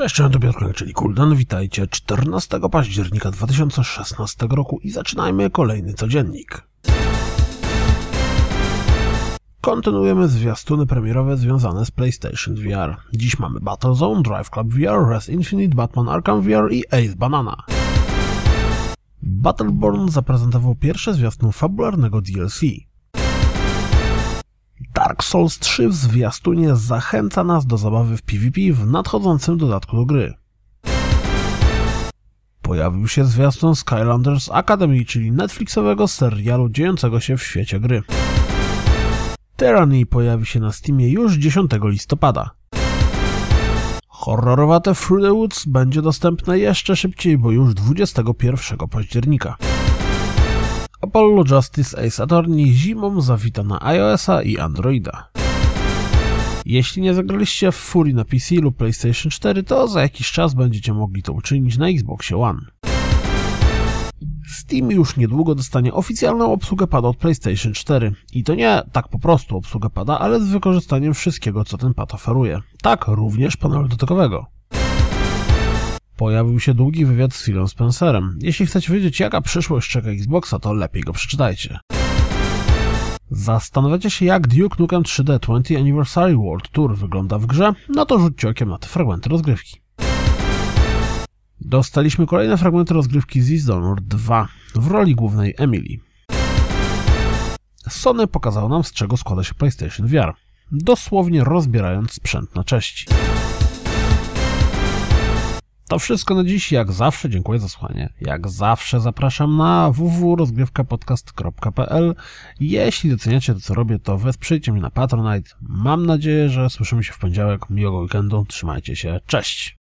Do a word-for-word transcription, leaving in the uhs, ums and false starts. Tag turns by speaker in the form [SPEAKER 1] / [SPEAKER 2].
[SPEAKER 1] Cześć, cześć, to Piotr, czyli Kuldan. Witajcie czternastego października dwa tysiące szesnastego roku i zaczynajmy kolejny codziennik. Kontynuujemy zwiastuny premierowe związane z PlayStation V R. Dziś mamy Battlezone, Drive Club V R, Res Infinite, Batman Arkham V R i Ace Banana. Battleborn zaprezentował pierwszy zwiastun fabularnego D L C. Dark Souls trzy w zwiastunie zachęca nas do zabawy w PvP w nadchodzącym dodatku do gry. Pojawił się zwiastun Skylanders Academy, czyli Netflixowego serialu dziejącego się w świecie gry. Tyranny pojawi się na Steamie już dziesiątego listopada. Horrorowate Through the Woods będzie dostępne jeszcze szybciej, bo już dwudziestego pierwszego października. Apollo Justice Ace Attorney zimą zawita na iOS-a i Androida. Jeśli nie zagraliście w Fury na P C lub PlayStation cztery, to za jakiś czas będziecie mogli to uczynić na Xboxie One. Steam już niedługo dostanie oficjalną obsługę pada od PlayStation cztery. I to nie tak po prostu obsługę pada, ale z wykorzystaniem wszystkiego, co ten pad oferuje. Tak, również panelu dotykowego. Pojawił się długi wywiad z Philem Spencerem. Jeśli chcecie wiedzieć, jaka przyszłość czeka Xboxa, to lepiej go przeczytajcie. Zastanawiacie się, jak Duke Nukem trzy D twentieth Anniversary World Tour wygląda w grze? No to rzućcie okiem na te fragmenty rozgrywki. Dostaliśmy kolejne fragmenty rozgrywki z Dishonored dwa w roli głównej Emily. Sony pokazało nam, z czego składa się PlayStation V R, dosłownie rozbierając sprzęt na części. To wszystko na dziś. Jak zawsze dziękuję za słuchanie. Jak zawsze zapraszam na w w w kropka rozgrywka podcast kropka p l. Jeśli doceniacie to, co robię, to wesprzyjcie mnie na Patronite. Mam nadzieję, że słyszymy się w poniedziałek. Miłego weekendu. Trzymajcie się. Cześć!